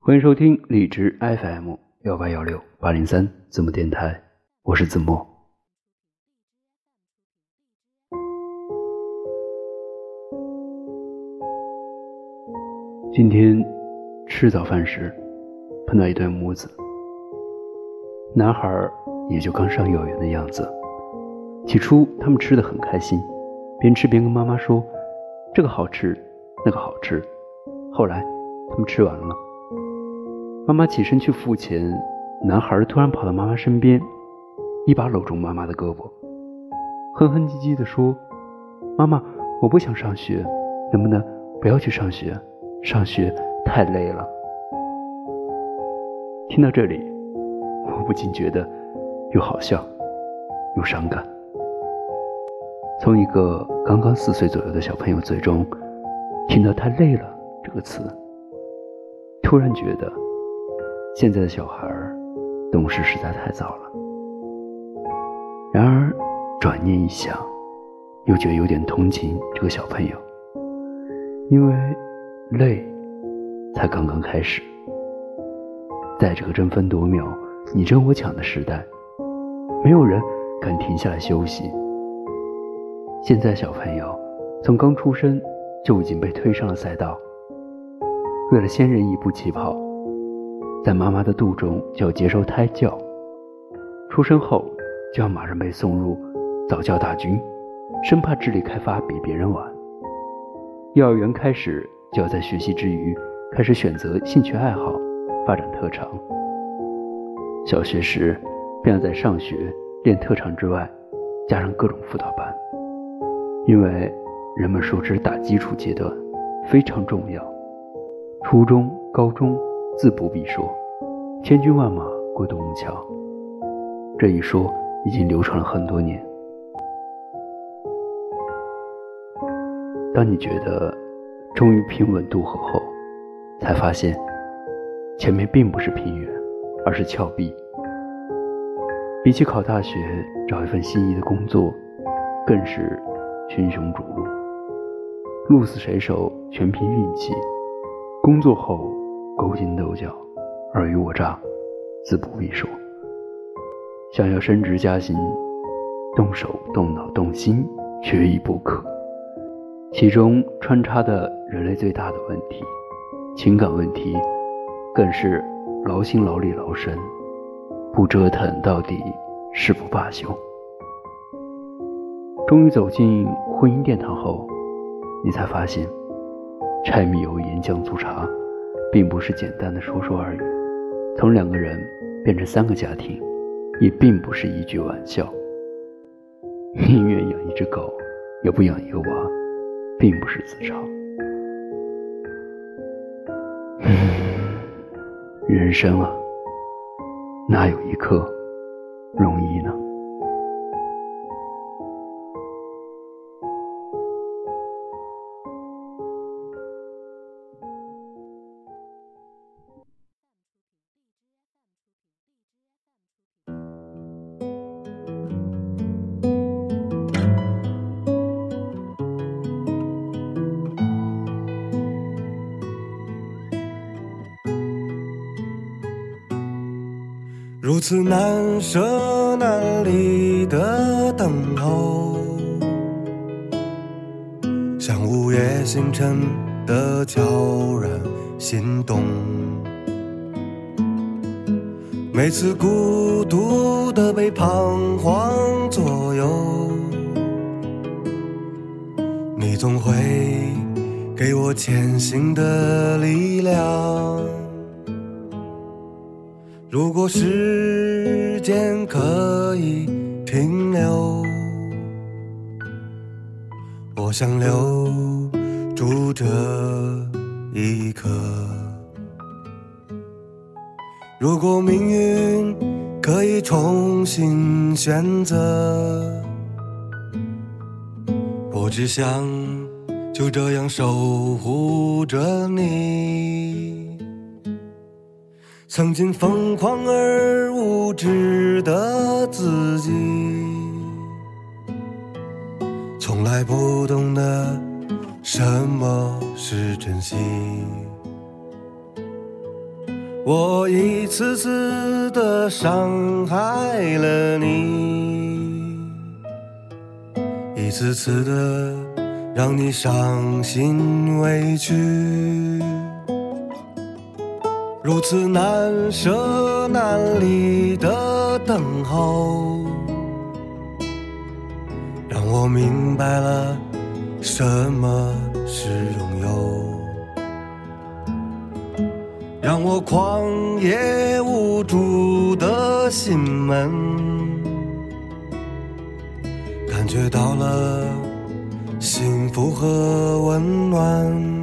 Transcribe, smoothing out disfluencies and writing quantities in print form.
欢迎收听荔枝 FM1816803 字幕电台，我是子墨。今天吃早饭时碰到一对母子，男孩也就刚上幼儿园的样子。起初他们吃得很开心，边吃边跟妈妈说这个好吃那个好吃。后来他们吃完了，妈妈起身去付钱，男孩突然跑到妈妈身边，一把搂住妈妈的胳膊，哼哼唧唧地说，妈妈，我不想上学，能不能不要去上学，上学太累了。听到这里，我不禁觉得又好笑又伤感。从一个刚刚4岁左右的小朋友嘴中听到太累了这个词，突然觉得现在的小孩懂事实在太早了。然而转念一想，又觉得有点同情这个小朋友，因为累才刚刚开始。在这个争分夺秒你争我抢的时代，没有人敢停下来休息。现在小朋友从刚出生就已经被推上了赛道，为了先人一步起跑，在妈妈的肚中就要接受胎教，出生后就要马上被送入早教大军，生怕智力开发比别人晚。幼儿园开始就要在学习之余开始选择兴趣爱好，发展特长。小学时便要在上学练特长之外加上各种辅导班，因为人们熟知打基础阶段非常重要，初中高中自不必说，千军万马过独木桥，这一说已经流传了很多年。当你觉得终于平稳渡河后，才发现前面并不是平原，而是峭壁。比起考大学找一份心仪的工作，更是群雄逐鹿，鹿死谁手全凭运气，工作后勾心斗角尔虞我诈自不必说。想要升职加薪，动手动脑动心缺一不可，其中穿插的人类最大的问题，情感问题，更是劳心劳力劳身，不折腾到底誓不罢休。终于走进婚姻殿堂后，你才发现柴米油盐酱醋茶并不是简单的说说而已，从2个人变成3个家庭也并不是一句玩笑。宁愿养一只狗也不养一个娃，并不是自嘲。人生啊，哪有一刻容易呢？ 如此难舍难离的等候，像午夜星辰的悄然心动。每次孤独的被彷徨左右，你总会给我前行的力量。如果时间可以停留，我想留住这一刻。如果命运可以重新选择，我只想就这样守护着你。曾经疯狂而无知的自己，从来不懂得什么是珍惜。 我一次次地伤害了你，一次次地让你伤心委屈，如此难舍难离的等候，让我明白了什么是拥有，让我狂野无助的心门感觉到了幸福和温暖。